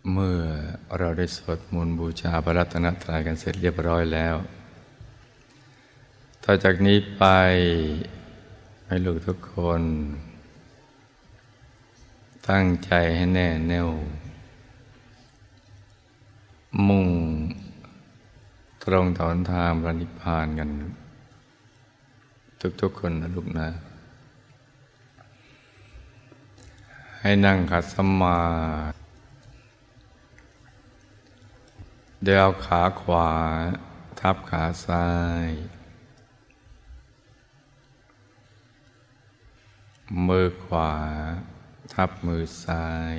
เมื่อเราได้สวดมนต์บูชาพระรัตนตรัยกันเสร็จเรียบร้อยแล้วต่อจากนี้ไปให้ลูกทุกคนตั้งใจให้แน่แน่วมุ่งตรงต่อหนทางพระนิพพานกันทุกๆคนนะลูกนะให้นั่งขัดสมาธิโดยเอาขาขวาทับขาซ้ายมือขวาทับมือซ้าย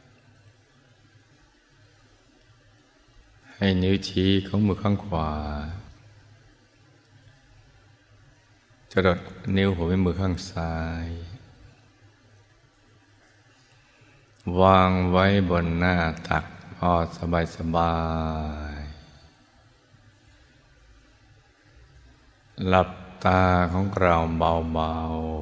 ให้นิ้วชี้ของมือข้างขวาจรดนิ้วหัวแม่มือข้างซ้ายวางไว้บนหน้าตักพอสบายหลับตาของเราเบา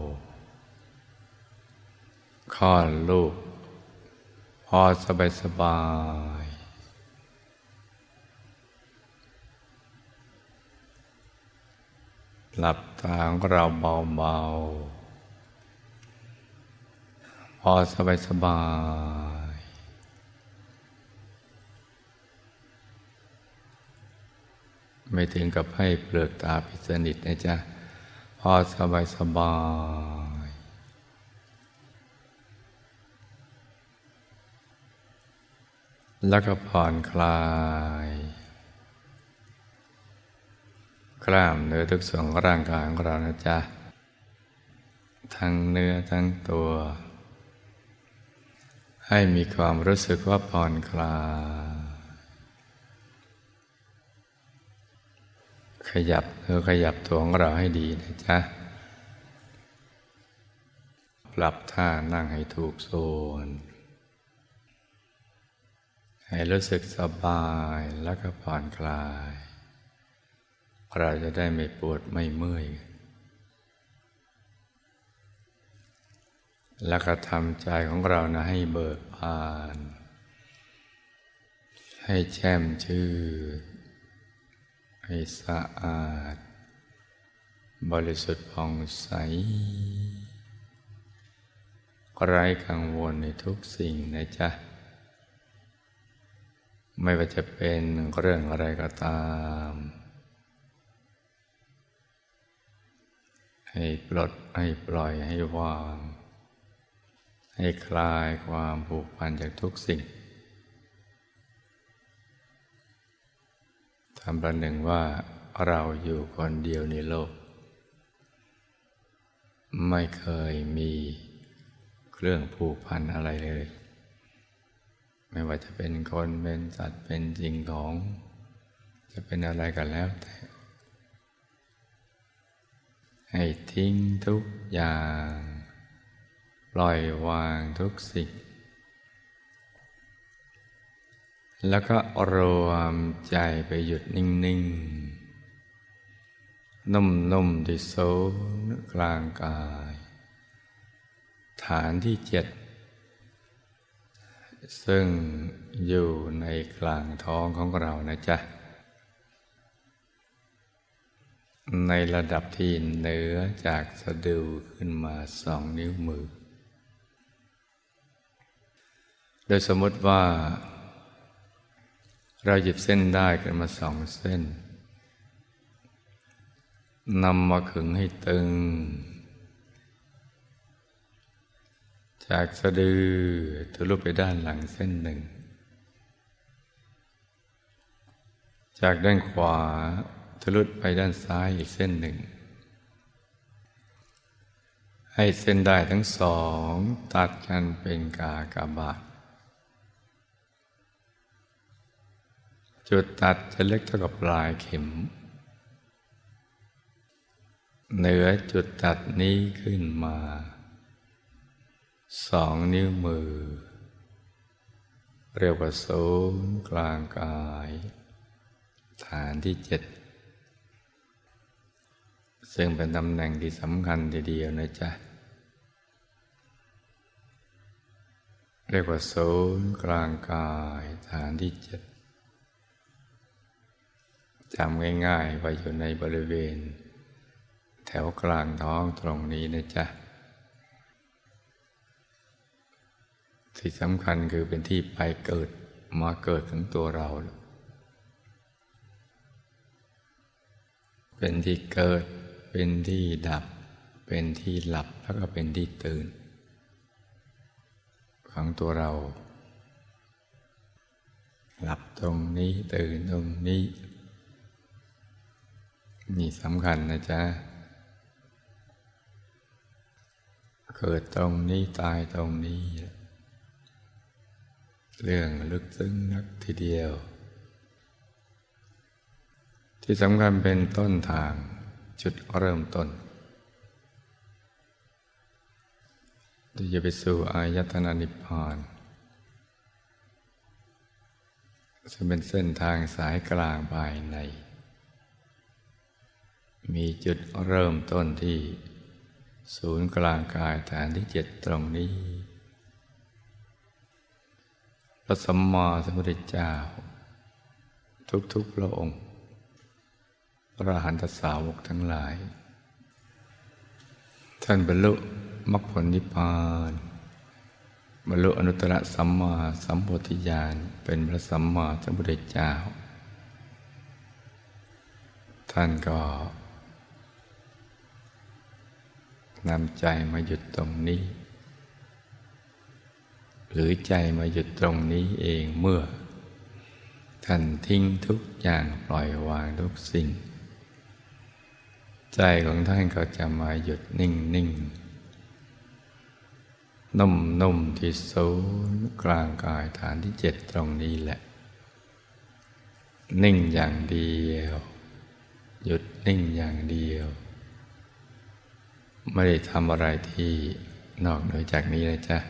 ๆคลอดลูกพอสบายหลับตาของเราเบาๆพอสบายไม่ถึงกับให้เปลือกตาปิดสนิทนะจ๊ะพอสบายแล้วก็ผ่อนคลายกล้ามเนื้อทุกส่วนของร่างกายของเรานะจ๊ะทั้งเนื้อทั้งตัวให้มีความรู้สึกว่าผ่อนคลายขยับเนื้อขยับตัวของเราให้ดีนะจ๊ะปรับท่านั่งให้ถูกส่วนให้รู้สึกสบายแล้วก็ผ่อนคลายเราจะได้ไม่ปวดไม่เมื่อยแล้วก็ทำใจของเรานะให้เบิกบานให้แช่มชื่นให้สะอาดบริสุทธิ์ผ่องใสไร้กังวลในทุกสิ่งนะจ๊ะไม่ว่าจะเป็นเรื่องอะไรก็ตามให้ปลดให้ปล่อยให้วางให้คลายความผูกพันจากทุกสิ่งทำประหนึ่งว่าเราอยู่คนเดียวในโลกไม่เคยมีเครื่องผูกพันอะไรเลยไม่ว่าจะเป็นคนเป็นสัตว์เป็นสิ่งของจะเป็นอะไรกันแล้วแต่ให้ทิ้งทุกอย่างปล่อยวางทุกสิ่งแล้วก็รวมใจไปหยุดนิ่งๆนุ่มๆที่ศูนย์กลางกายฐานที่7ซึ่งอยู่ในกลางท้องของเรานะจ๊ะในระดับที่เหนือจากสะดือขึ้นมา2 นิ้วมือโดยสมมติว่าเราหยิบเส้นได้ขึ้นมา2 เส้นนำมาขึงให้ตึงจากสะดือทะลุไปด้านหลังเส้นหนึ่งจากด้านขวาทะลุไปด้านซ้ายอีกเส้นหนึ่งให้เส้นได้ทั้ง2ตัดกันเป็นกากบาทจุดตัดจะเล็กเท่ากับปลายเข็มเหนือจุดตัดนี้ขึ้นมา2 นิ้วมือเรียกว่าศูนย์กลางกายฐานที่7ซึ่งเป็นตำแหน่งที่สำคัญทีเดียวนะจ๊ะ โดเรียกว่าศูนย์กลางกายฐานที่7จำง่ายๆว่าอยู่ในบริเวณแถวกลางท้องตรงนี้นะจ๊ะที่สำคัญคือเป็นที่ไปเกิดมาเกิดของตัวเราเป็นที่เกิดเป็นที่ดับเป็นที่หลับแล้วก็เป็นที่ตื่นของตัวเราหลับตรงนี้ตื่นตรงนี้นี่สำคัญนะจ๊ะเกิดตรงนี้ตายตรงนี้เรื่องลึกซึ้งนักทีเดียวที่สำคัญเป็นต้นทางจุดเริ่มต้นที่จะไปสู่อายตนะนิพพานซึ่งเป็นเส้นทางสายกลางภายในมีจุดเริ่มต้นที่ศูนย์กลางกายฐานที่7ตรงนี้พระสัมมาสัมพุทธเจ้าทุกๆพระองค์พระอรหันตสาวกทั้งหลายท่านบรรลุมรรคผลนิพพานบรรลุอนุตตรสัมมาสัมโพธิญาณเป็นพระสัมมาสัมพุทธเจ้าท่านก็นำใจมาหยุดตรงนี้หรือใจมาหยุดตรงนี้เองเมื่อท่านทิ้งทุกอย่างปล่อยวางทุกสิ่งใจของท่านก็จะมาหยุดนิ่งๆนุ่มๆที่ศูนย์กลางกายฐานที่7ตรงนี้แหละนิ่งอย่างเดียวหยุดนิ่งอย่างเดียวไม่ได้ทำอะไรที่นอกเหนือจากนี้เลยจ้ะ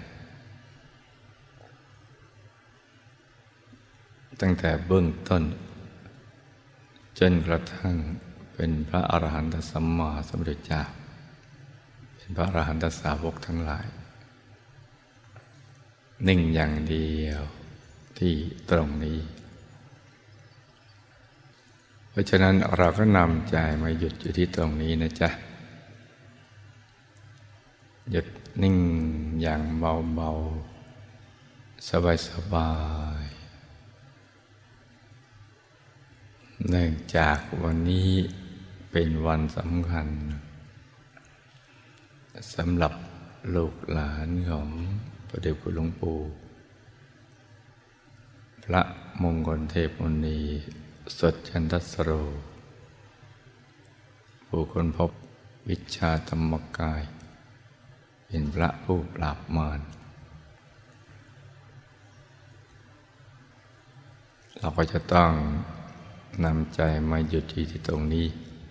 ตั้งแต่เบื้องต้นจนกระทั่งเป็นพระอรหันตสัมมาสัมพุทธเจ้าเป็นพระอรหันตสาวกทั้งหลายนิ่งอย่างเดียวที่ตรงนี้เพราะฉะนั้นเราก็นำใจมาหยุดอยู่ที่ตรงนี้นะจ๊ะหยุดนิ่งอย่างเบาๆสบายๆเนื่องจากวันนี้เป็นวันสำคัญสำหรับลูกหลานของพระเดชคุณหลวงปู่พระมงคลเทพมุนีสดจันทสโรผู้ค้นพบวิชชาธรรมกายเป็นพระผู้ปราบมารเราก็จะต้องนำใจมาหยุดที่ตรงนี้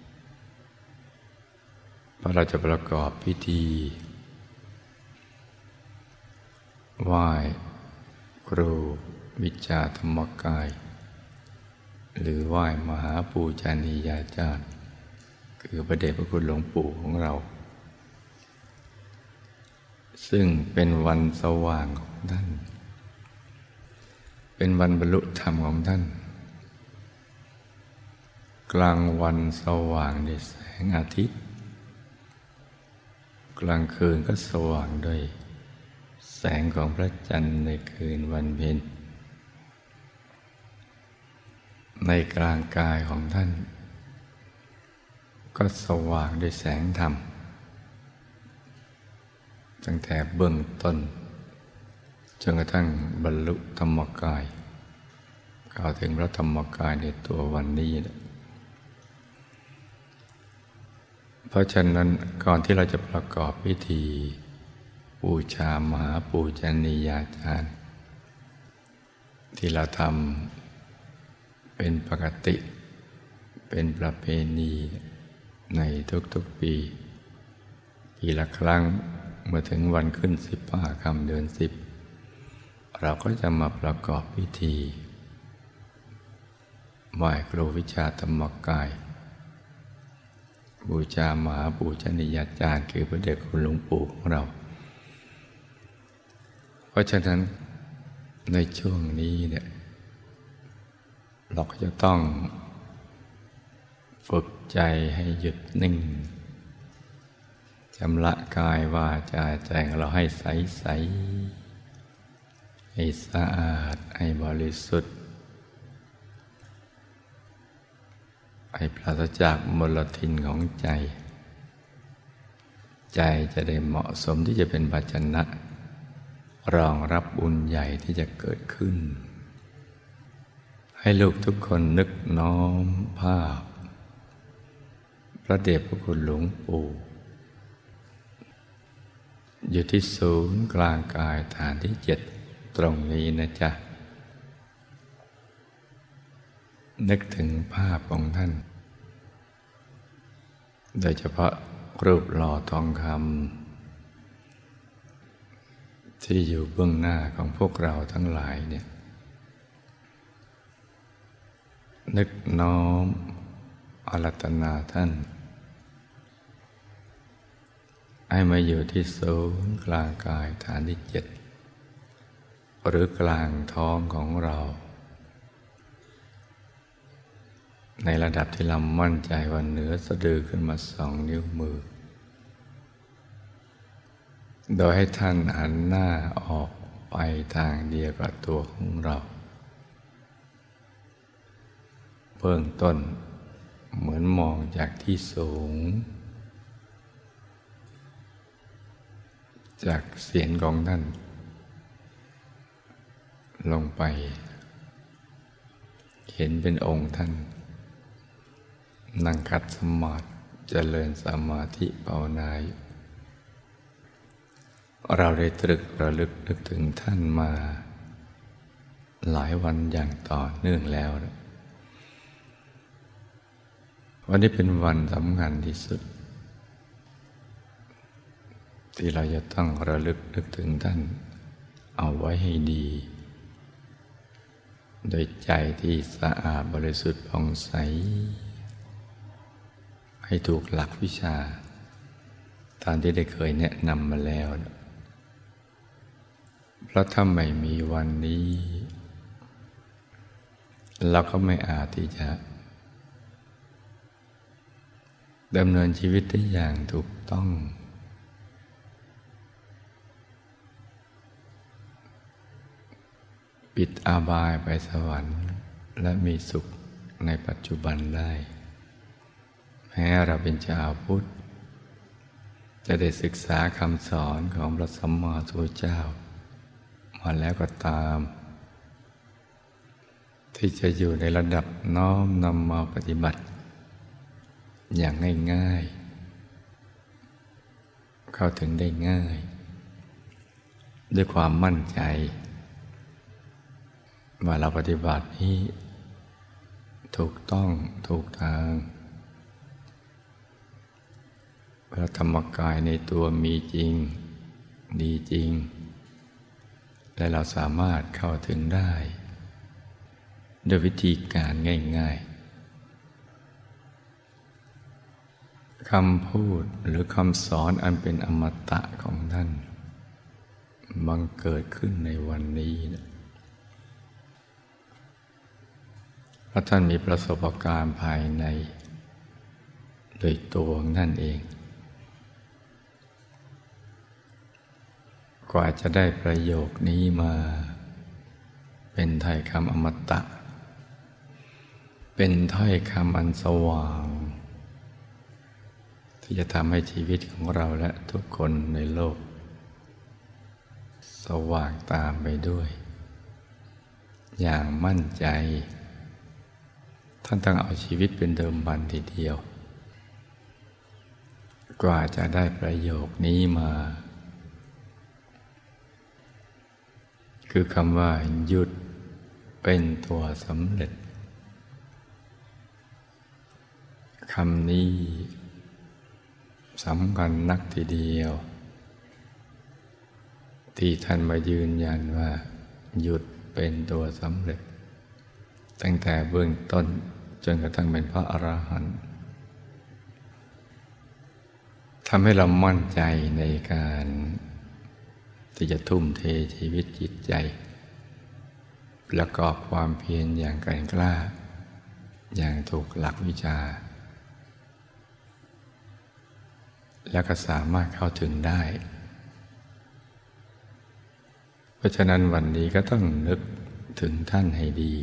เพราะเราจะประกอบพิธีไหว้ครูวิชชาธรรมกายหรือไหว้มหาปูชนียาจารย์คือพระเดชพระคุณหลวงปู่ของเราซึ่งเป็นวันสว่างของท่านเป็นวันบรรลุธรรมของท่านกลางวันสว่างด้วยแสงอาทิตย์กลางคืนก็สว่างด้วยแสงของพระจันทร์ในคืนวันเพ็ญในกลางกายของท่านก็สว่างด้วยแสงธรรมตั้งแต่เบื้องต้นจนกระทั่งบรรลุธรรมกายกล่าวถึงพระธรรมกายในตัววันนี้นะเพราะฉะนั้นก่อนที่เราจะประกอบพิธีบูชามหาปูชนียาจารย์ที่เราทำเป็นปกติเป็นประเพณีในทุกๆปีละครั้งเมื่อถึงวันขึ้น15 ค่ำเดือน10เราก็จะมาประกอบพิธีไหว้ครูวิชาธรรมกายบูชามหาปูชนียาจารย์คือพระเดชคุณหลวงปู่ของเราเพราะฉะนั้นในช่วงนี้เนี่ยเราก็จะต้องฝึกใจให้หยุดนิ่งชำระกายวาจาใจของเราให้ใสๆให้สะอาดให้บริสุทธิ์ให้ปราศจากมลทินของใจใจจะได้เหมาะสมที่จะเป็นภาชนะรองรับบุญใหญ่ที่จะเกิดขึ้นให้ลูกทุกคนนึกน้อมภาพพระเดชพระคุณหลวงปู่อยู่ที่ศูนย์กลางกายฐานที่7ตรงนี้นะจ๊ะนึกถึงภาพของท่านโดยเฉพาะรูปหล่อทองคำที่อยู่เบื้องหน้าของพวกเราทั้งหลายเนี่ยนึกน้อมอารัตนาท่านให้มาอยู่ที่ศูนย์กลางกายฐานที่7หรือกลางท้องของเราในระดับที่เรามั่นใจว่าเหนือสะดือขึ้นมา2 นิ้วมือโดยให้ท่านหันหน้าออกไปทางเดียวกับตัวของเราเบื้องต้นเหมือนมองจากที่สูงจากเสียงของท่านลงไปเห็นเป็นองค์ท่านนั่งคัดสมาธิเจริญสมาธิภาวนาอยู่เราได้ตรึกระลึกนึกถึงท่านมาหลายวันอย่างต่อเนื่องแล้ววันนี้เป็นวันสำคัญที่สุดที่เราจะต้องระลึกนึกถึงท่านเอาไว้ให้ดีโดยใจที่สะอาดบริสุทธิ์ผ่องใสให้ถูกหลักวิชาตามที่ได้เคยแนะนำมาแล้วเพราะถ้าไม่มีวันนี้เราก็ไม่อาจที่จะดำเนินชีวิตได้อย่างถูกต้องปิดอบายไปสวรรค์และมีสุขในปัจจุบันได้แม้เราเป็นชาวพุทธจะได้ศึกษาคำสอนของพระสัมมาสัมพุทธเจ้ามาแล้วก็ตามที่จะอยู่ในระดับน้อมนำมาปฏิบัติอย่างง่ายๆเข้าถึงได้ง่ายด้วยความมั่นใจว่าเราปฏิบัตินี้ถูกต้องถูกทางพระธรรมกายในตัวมีจริงดีจริงและเราสามารถเข้าถึงได้ด้วยวิธีการง่ายๆคำพูดหรือคำสอนอันเป็นอมตะของท่านบังเกิดขึ้นในวันนี้นะเพราะท่านมีประสบการณ์ภายในโดยตัวของท่านเองกว่าจะได้ประโยคนี้มาเป็นถ้อยคำอมตะเป็นถ้อยคำอันสว่างที่จะทำให้ชีวิตของเราและทุกคนในโลกสว่างตามไปด้วยอย่างมั่นใจท่านต้องเอาชีวิตเป็นเดิมพันทีเดียวกว่าจะได้ประโยคนี้มาคือคำว่าหยุดเป็นตัวสำเร็จคำนี้สำคัญนักทีเดียวที่ท่านมายืนยันว่าหยุดเป็นตัวสำเร็จตั้งแต่เบื้องต้นจนกระทั่งเป็นพระอรหันต์ทำให้เรามั่นใจในการที่จะทุ่มเทชีวิตจิตใจประกอบความเพียรอย่างแกร่งกล้าอย่างถูกหลักวิชาแล้วก็สามารถเข้าถึงได้เพราะฉะนั้นวันนี้ก็ต้องนึกถึงท่านให้ดี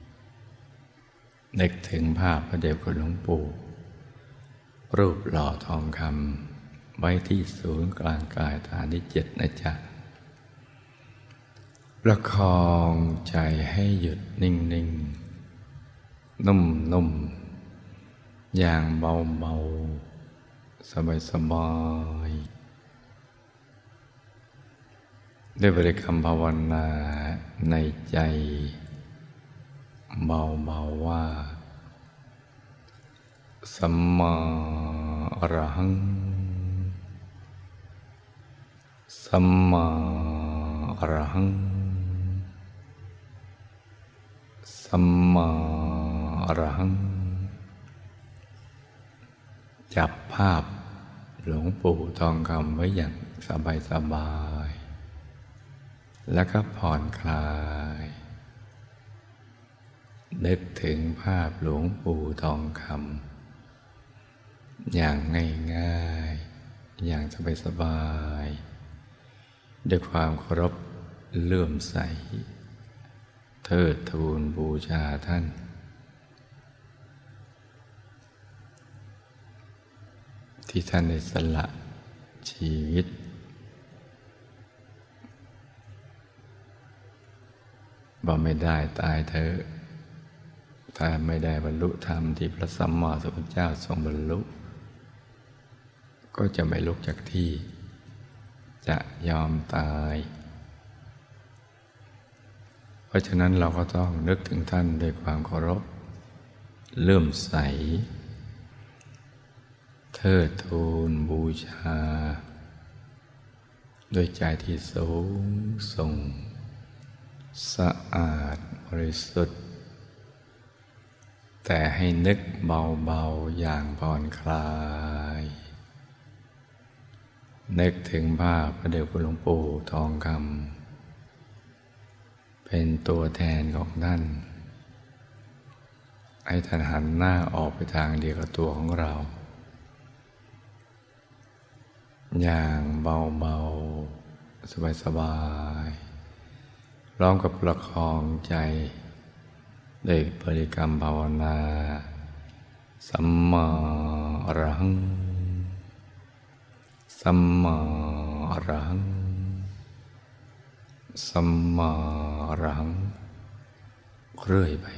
นึกถึงภาพพระเดชคุณหลวงปู่รูปหล่อทองคำไว้ที่ศูนย์กลางกายฐานที่7นะจ๊ะประคองใจให้หยุดนิ่งๆนุ่มๆอย่างเบาๆสบายๆด้วยบริกรรมภาวนาในใจเบาๆว่าสัมมาอรหังสัมมาอรหังสัมมาอรหังจับภาพหลวงปู่ทองคำไว้อย่างสบายๆแล้วก็ผ่อนคลายนึกถึงภาพหลวงปู่ทองคำอย่างง่ายๆอย่างสบายๆด้วยความเคารพเลื่อมใสเทิดทูนบูชาท่านที่ท่านได้สละชีวิตว่าไม่ได้ตายเถอะถ้าไม่ได้บรรลุธรรมที่พระสัมมาสัมพุทธเจ้าทรงบรรลุก็จะไม่ลุกจากที่จะยอมตายเพราะฉะนั้นเราก็ต้องนึกถึงท่านด้วยความเคารพเลื่อมใสเทิดทูนบูชาด้วยใจที่สูงส่งสะอาดบริสุทธิ์แต่ให้นึกเบาๆอย่างผ่อนคลายนึกถึงภาพพระเดชคุณหลวงปู่ทองคำเป็นตัวแทนของท่านให้ท่านหันหน้าออกไปทางเดียวกับตัวของเราอย่างเบาๆสบายๆพร้อมกับประคองใจด้วยบริกรรมภาวนาสัมมาอรหังสัมมาอรหังสัมมาอรหังเรื่อยไป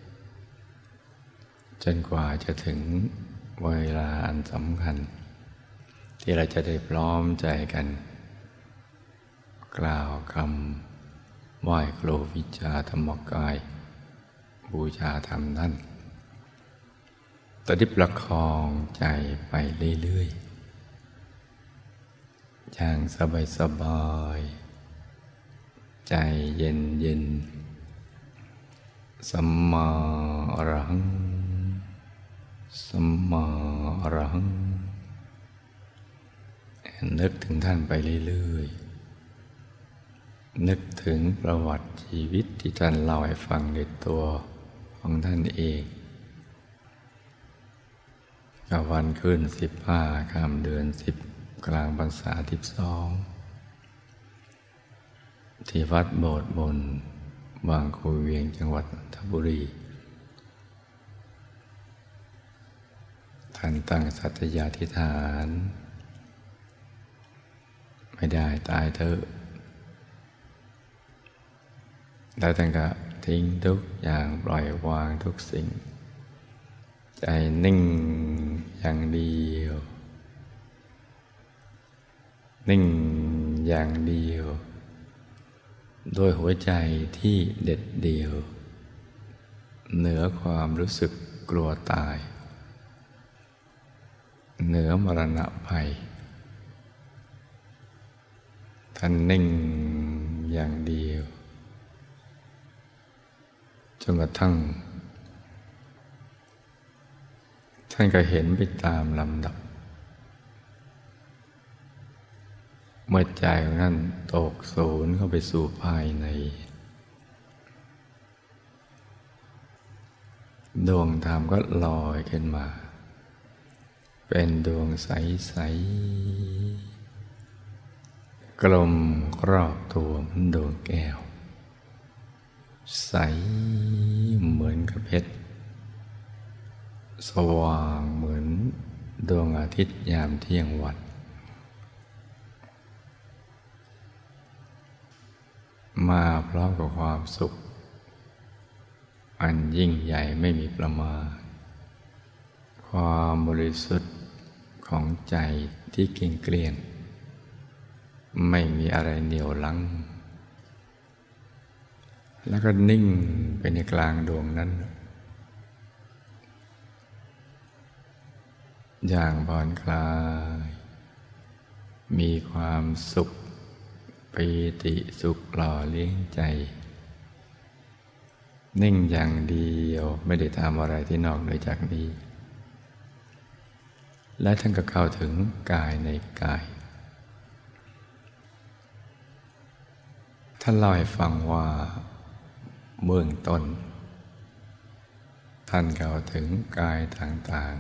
จนกว่าจะถึงเวลาอันสำคัญที่เราจะได้พร้อมใจกันกล่าวคำไหว้ครูวิชาธรรมกายบูชาธรรมนั่นตอนที่ประคองใจไปเรื่อยๆอย่างสบายๆใจเย็นๆสัมมาอรหังสัมมาอรหังนึกถึงท่านไปเรื่อยๆนึกถึงประวัติชีวิตที่ท่านเล่าให้ฟังในตัวของท่านเองวันขึ้น15 ค่ำเดือน 10กลางพรรษา12ที่วัดโบสถ์บนบางคูเวียงจังหวัดนนทบุรีท่านตั้งสัตยาธิษฐานไม่ได้ตายเถอะแล้วท่านก็ทิ้งทุกอย่างปล่อยวางทุกสิ่งใจนิ่งอย่างเดียวนิ่งอย่างเดียวโดยหัวใจที่เด็ดเดี่ยวเหนือความรู้สึกกลัวตายเหนือมรณะภัยท่านนิ่งอย่างเดียวจนกระทั่งท่านก็เห็นไปตามลำดับเมื่อใจของท่านตกศูนย์เข้าไปสู่ภายในดวงธรรมก็ลอยขึ้นมาเป็นดวงใสๆกลมรอบตัวเหมือนดวงแก้วใสเหมือนกับเพชรสว่างเหมือนดวงอาทิตย์ยามเที่ยงวันมาพร้อมกับความสุขอันยิ่งใหญ่ไม่มีประมาณความบริสุทธิ์ของใจที่เกลี้ยงเกลี้ยงไม่มีอะไรเหนี่ยวรั้งแล้วก็นิ่งไปในกลางดวงนั้นอย่างผ่อนคลายมีความสุขปีติสุขหล่อเลี้ยงใจนิ่งอย่างเดียวไม่ได้ทำอะไรที่นอกเหนือจากนี้และท่านก็เข้าถึงกายในกายท่านเล่าให้ฟังว่าเบื้องต้นท่านเข้าถึงกายต่าง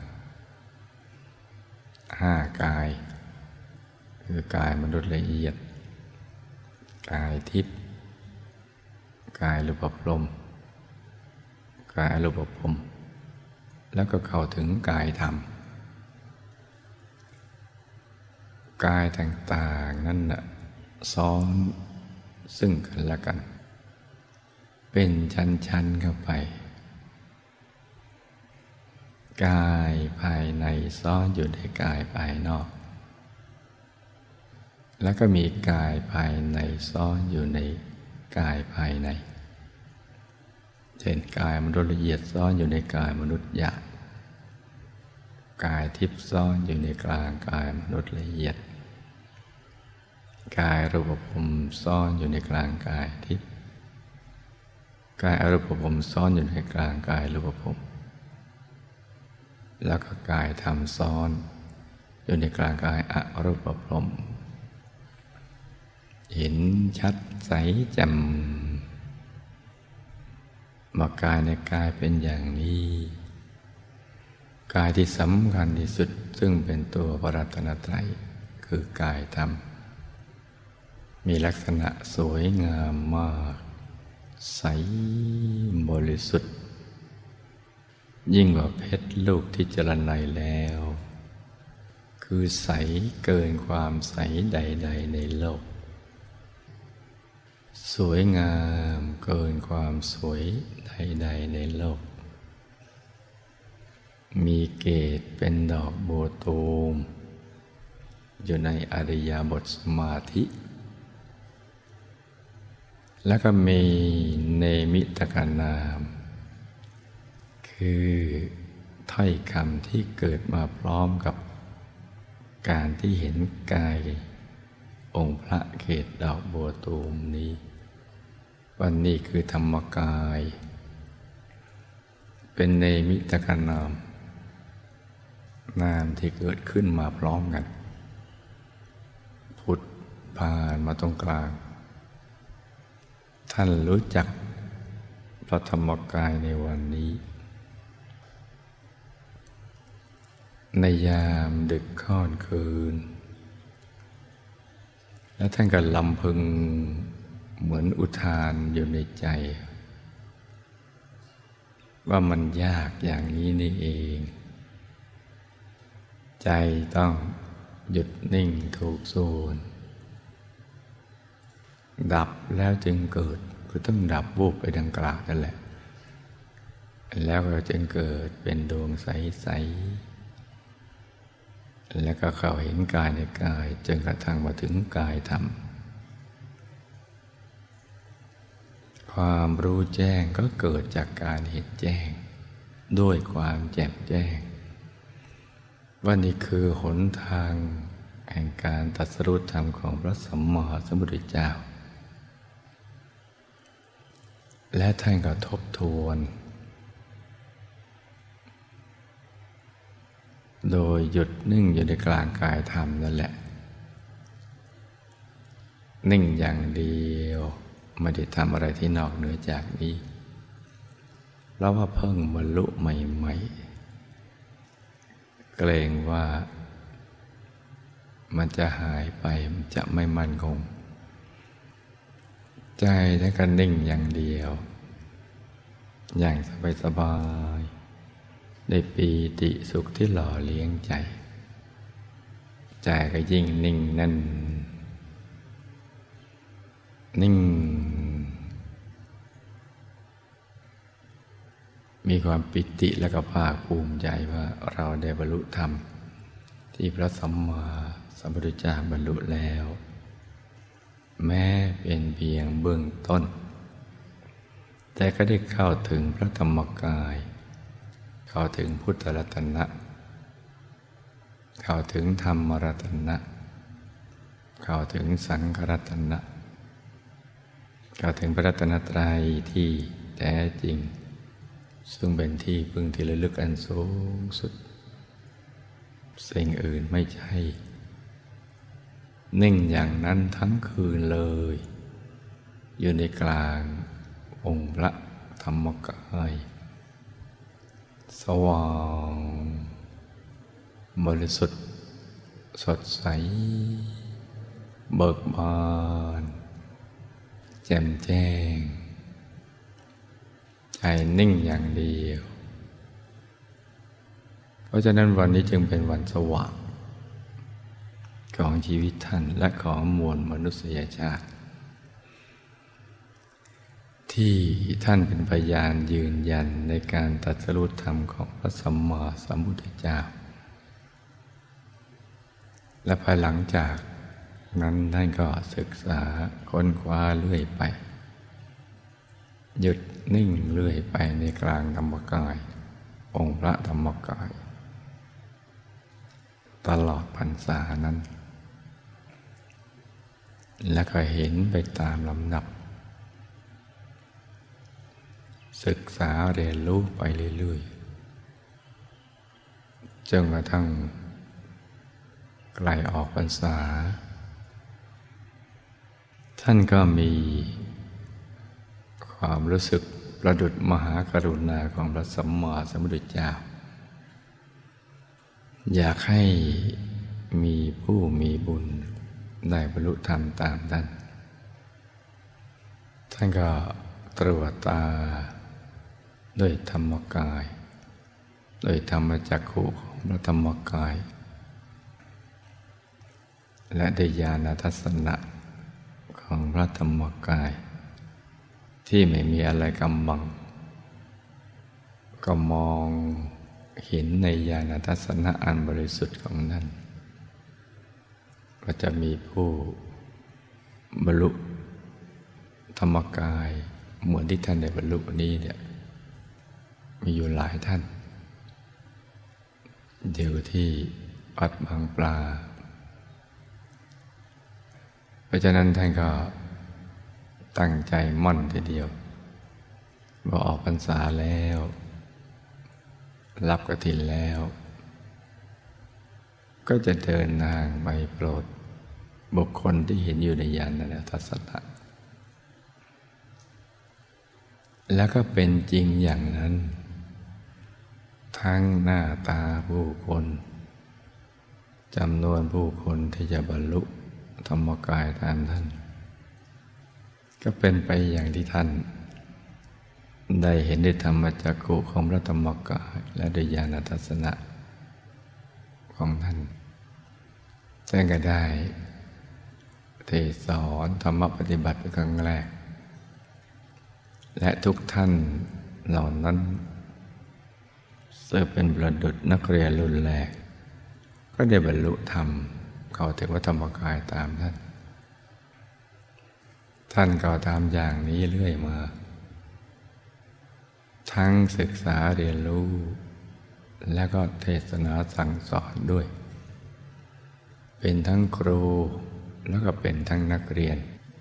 ๆ5 กายคือกายมนุษย์ละเอียดกายทิพย์กายรูปพรหมกายอรูปพรหมแล้วก็เข้าถึงกายธรรมกายต่างๆนั่นน่ะซ้อนซึ่งกันและกันเป็นชั้นๆเข้าไปกายภายในซ้อนอยู่ในกายภายนอกแล้วก็มีกายภายในซ้อนอยู่ในกายภายในเช่นกายมนุษย์ละเอียดซ้อนอยู่ในกายมนุษย์หยาบกายทิพย์ซ้อนอยู่ในกลางกายมนุษย์ละเอียดกายรูปพรหมซ้อนอยู่ในกลางกายทิพย์กายอรูปพรหมซ้อนอยู่ในกลางกายรูปพรหมแล้วก็กายธรรมซ้อนอยู่ในกลางกายอรูปพรหมเห็นชัดใสแจ่มว่ากายในกายเป็นอย่างนี้กายที่สำคัญที่สุดซึ่งเป็นตัวพระรัตนตรัยคือกายธรรมมีลักษณะสวยงามมากใสบริสุทธิ์ยิ่งกว่าเพชรลูกที่เจรไนแล้วคือใสเกินความใสใดๆในโลกสวยงามเกินความสวยใดๆในโลกมีเกศเป็นดอกบัวตูมอยู่ในอริยบทสมาธิแล้วก็มีเนมิตกนามคือถ้อยคำที่เกิดมาพร้อมกับการที่เห็นกายองค์พระเกศดอกบัวตูมนี้วันนี้คือธรรมกายเป็นเนมิตกนามนามที่เกิดขึ้นมาพร้อมกันผุดผ่านมาตรงกลางท่านรู้จักพระธรรมกายในวันนี้ในยามดึกค่ำคืนและท่านก็ลำพึงเหมือนอุทานอยู่ในใจว่ามันยากอย่างนี้นี่เองใจต้องหยุดนิ่งถูกส่วนดับแล้วจึงเกิดคือต้องดับวูบไปดังกล่าวนั่นแหละแล้วก็จึงเกิดเป็นดวงใสๆแล้วก็เข้าเห็นกายในกายจนกระทั่งมาถึงกายธรรมความรู้แจ้งก็เกิดจากการเห็นแจ้งด้วยความแจ่มแจ้งว่านี่คือหนทางแห่งการตรัสรู้ธรรมของพระสัมมาสัมพุทธเจ้าและท่านก็ทบทวนโดยหยุดนิ่งอยู่ในกลางกายธรรมนั่นแหละนิ่งอย่างเดียวไม่ได้ทำอะไรที่นอกเหนือจากนี้แล้วว่าเพิ่งบรรลุใหม่ๆเกรงว่ามันจะหายไปมันจะไม่มั่นคงใจถ้ากันนิ่งอย่างเดียวอย่างสบายๆได้ปีติสุขที่หล่อเลี้ยงใจใจก็ยิ่งนิ่งแน่นนิ่งมีความปิติและก็ภาคภูมิใจว่าเราได้บรรลุธรรมที่พระสัมมาสัมพุทธเจ้าบรรลุแล้วแม้เป็นเพียงเบื้องต้นแต่ก็ได้เข้าถึงพระธรรมกายเข้าถึงพุทธรัตนะเข้าถึงธรรมรัตนะเข้าถึงสังฆรัตนะเข้าถึงพระรัตนตรัยที่แท้จริงซึ่งเป็นที่พึ่งที่ระลึกอันสูงสุดสิ่งอื่นไม่ใช่นิ่งอย่างนั้นทั้งคืนเลยอยู่ในกลางองค์พระธรรมกายสว่างบริสุทธิ์สดใสเบิกบานแจ่มแจ้งใจนิ่งอย่างเดียวเพราะฉะนั้นวันนี้จึงเป็นวันสว่างของชีวิตท่านและของมวลมนุษยชาติที่ท่านเป็นพยานยืนยันในการตรัสรู้ธรรมของพระสัมมาสัมพุทธเจ้าและภายหลังจากนั้นท่านก็ศึกษาค้นคว้าเรื่อยไปหยุดนิ่งเรื่อยไปในกลางธรรมกายองค์พระธรรมกายตลอดพรรษานั้นแล้วก็เห็นไปตามลำดับศึกษาเรียนรู้ไปเรื่อยๆจนกระทั่งใกล้ออกพรรษาท่านก็มีความรู้สึกประดุจมหากรุณาของพระสัมมาสัมพุทธเจ้าอยากให้มีผู้มีบุญได้บรรลุธรรมตามท่านก็ตรวจตาด้วยธรรมกายด้วยธรรมจักขุของพระธรรมกายและด้วยญาณทัศนะของพระธรรมกายที่ไม่มีอะไรกำบังก็มองเห็นในญาณทัศนะอันบริสุทธิ์ของท่านก็จะมีผู้บรรลุธรรมกายเหมือนที่ท่านได้บรรลุนี้เนี่ยมีอยู่หลายท่านเดี๋ยวที่วัดบางปลาเพราะฉะนั้นท่านก็ตั้งใจมั่นทีเดียวว่าออกพรรษาแล้วรับกฐินแล้วก็จะเดินทางไปโปรดบุคคลที่เห็นอยู่ในญาณทัศนะแล้วก็เป็นจริงอย่างนั้นทั้งหน้าตาผู้คนจำนวนผู้คนที่จะบรรลุธรรมกายตามท่านก็เป็นไปอย่างที่ท่านได้เห็นด้วยธรรมจักขุของพระธรรมกายและด้วยญาณทัศนะของท่านท่านก็ได้เทศสอนธรรมปฏิบัติเป็นครั้งแรกและทุกท่านเหล่านั้นซึ่งเป็นประดุจนักเรียนรุ่นแรกก็ได้บรรลุธรรมเข้าถึงพระธรรมกายตามท่านก็ทำอย่างนี้เรื่อยมาทั้งศึกษาเรียนรู้และก็เทศนาสั่งสอนด้วยเป็นทั้งครูแล้วก็เป็นทั้งนักเรียน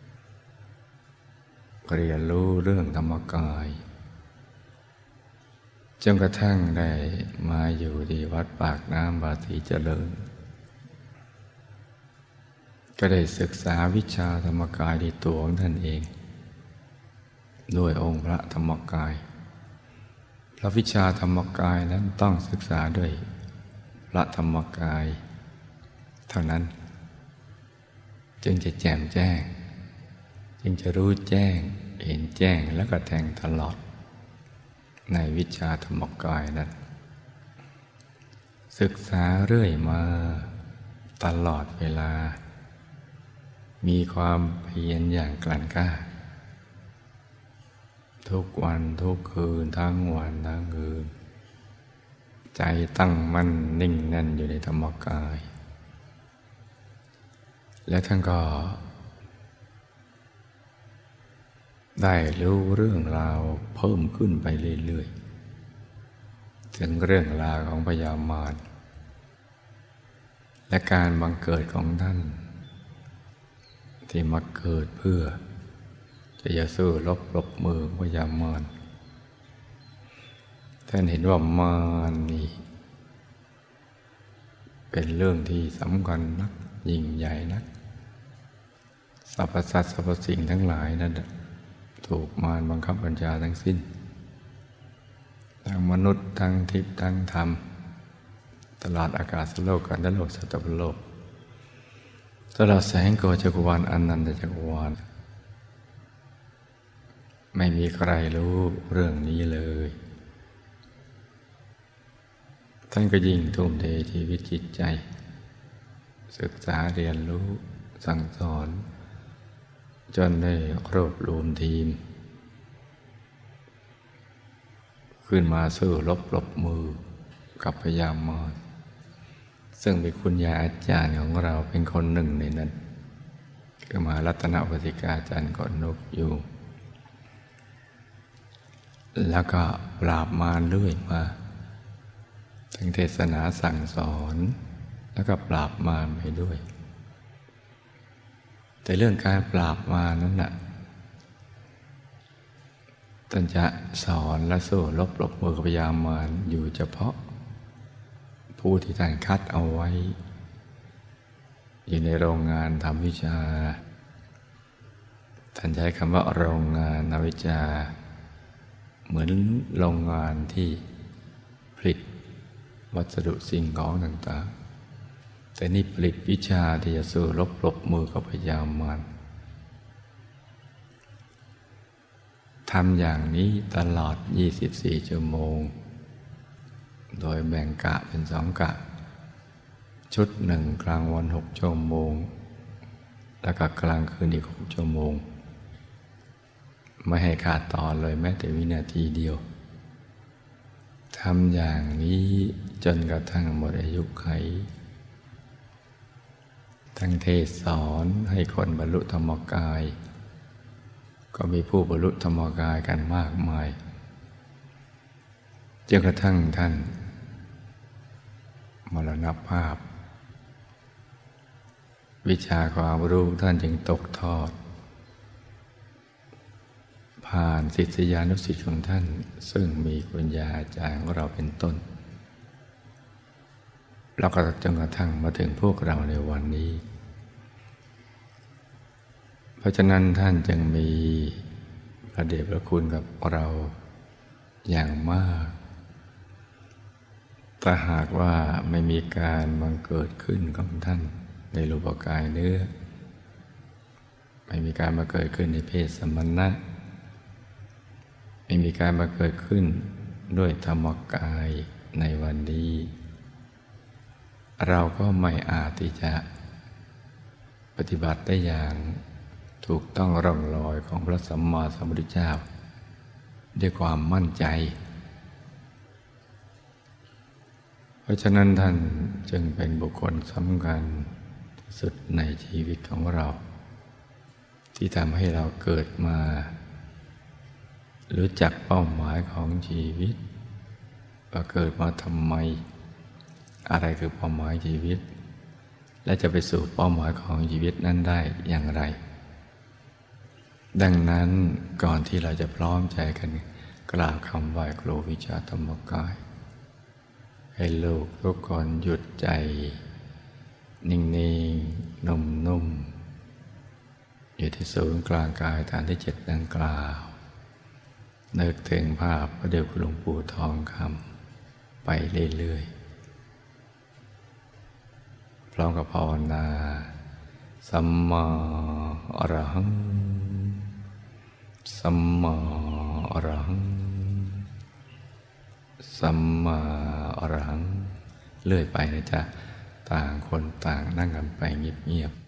เรียนรู้เรื่องธรรมกายจนกระทั่งได้มาอยู่ที่วัดปากน้ำบาสีเจริญก็ได้ศึกษาวิชาธรรมกายที่ตัวของท่านเองด้วยองค์พระธรรมกายราะวิชาธรรมกายนั้นต้องศึกษาด้วยพระธรรมกายเท่านั้นจึงจะแจ่มแจ้งจึงจะรู้แจ้งเห็นแจ้งแล้วก็แทงตลอดในวิชาธรรมกายนั้นศึกษาเรื่อยมาตลอดเวลามีความเพียรอย่างกลั่นกล้าทุกวันทุกคืนทั้งวันทั้งคืนใจตั้งมั่นนิ่งแน่นอยู่ในธรรมกายและท่านก็ได้รู้เรื่องราวเพิ่มขึ้นไปเรื่อยๆถึงเรื่องราวของพญามารและการบังเกิดของท่านที่มาเกิดเพื่อจะสู้รบปรบมือพญามารท่านเห็นว่ามารนี่เป็นเรื่องที่สำคัญนักยิ่งใหญ่นักสรรพสัตว์สรรพสิ่งทั้งหลายนั้นถูกมารบังคับบัญชาทั้งสิ้นทั้งมนุษย์ทั้งทิพย์ทั้งธรรมตลอดอากาศโลกกันและโลกสัตว์โลกตลอดแสงโกจักรวาลอนันตจักรวาลไม่มีใครรู้เรื่องนี้เลยท่านก็ยิ่งทุ่มเทชีวิตจิตใจศึกษาเรียนรู้สั่งสอนจนได้รวบรวมทีมขึ้นมาสู้รบปรบมือกับพญามารซึ่งเป็นคุณยายอาจารย์ของเราเป็นคนหนึ่งในนั้นคือมหารัตนวติกาจารย์ก่อนนกอยู่แล้วก็ปราบมารเรื่อยมาทั้งเทศนาสั่งสอนแล้วก็ปราบมารไปด้วยแต่เรื่องการปราบมารนั้นน่ะท่านจะสอนและสู้รบปรบมือกับพญามารอยู่เฉพาะผู้ที่ท่านคัดเอาไว้อยู่ในโรงงานทำวิชาท่านใช้คำว่าโรงงานทำวิชาเหมือนโรงงานที่ผลิตวัสดุสิ่งของต่างๆแต่นี่ผลิตวิชาที่จะสู้รบปรบมือกับพญามารทำอย่างนี้ตลอด24ชั่วโมงโดยแบ่งกะเป็น2กะชุดหนึ่งกลางวัน6ชั่วโมงแล้วก็กลางคืนอีก6ชั่วโมงไม่ให้ขาดตอนเลยแม้แต่วินาทีเดียวทำอย่างนี้จนกระทั่งหมดอายุไขทั้งเทศสอนให้คนบรรลุธรรมกายก็มีผู้บรรลุธรรมกายกันมากมายจนกระทั่งท่านมรณภาพวิชาความรู้ท่านจึงตกทอดผ่านศิษยานุศิษย์ของท่านซึ่งมีคุณยายอาจารย์ของเราเป็นต้นแล้วก็จนกระทั่งมาถึงพวกเราในวันนี้เพราะฉะนั้นท่านจึงมีพระเดชพระคุณกับเราอย่างมากถ้าหากว่าไม่มีการบังเกิดขึ้นของท่านในรูปกายเนื้อไม่มีการมาเกิดขึ้นในเพศสมณะไม่มีการมาเกิดขึ้นด้วยธรรมกายในวันนี้เราก็ไม่อาจที่จะปฏิบัติได้อย่างถูกต้องร่องรอยของพระสัมมาสัมพุทธเจ้าด้วยความมั่นใจเพราะฉะนั้นท่านจึงเป็นบุคคลสำคัญที่สุดในชีวิตของเราที่ทำให้เราเกิดมารู้จักเป้าหมายของชีวิตว่าเกิดมาทำไมอะไรคือเป้าหมายชีวิตและจะไปสู่เป้าหมายของชีวิตนั้นได้อย่างไรดังนั้นก่อนที่เราจะพร้อมใจกันกล่าวคำไหว้ครูวิชาธรรมกายให้ลูกทุกคนหยุดใจนิ่งๆนุ่มๆอยู่ที่ศูนย์กลางกายฐานที่7ดังกล่าวนึกถึงภาพพระเดชคุณหลวงปู่ทองคำไปเรื่อยๆพร้อมกับภาวนาสัมมาอรหังสัมมาอรหังสัมมาอรหังเลื่อยไปนะจ๊ะต่างคนต่างนั่งกันไปเงียบๆ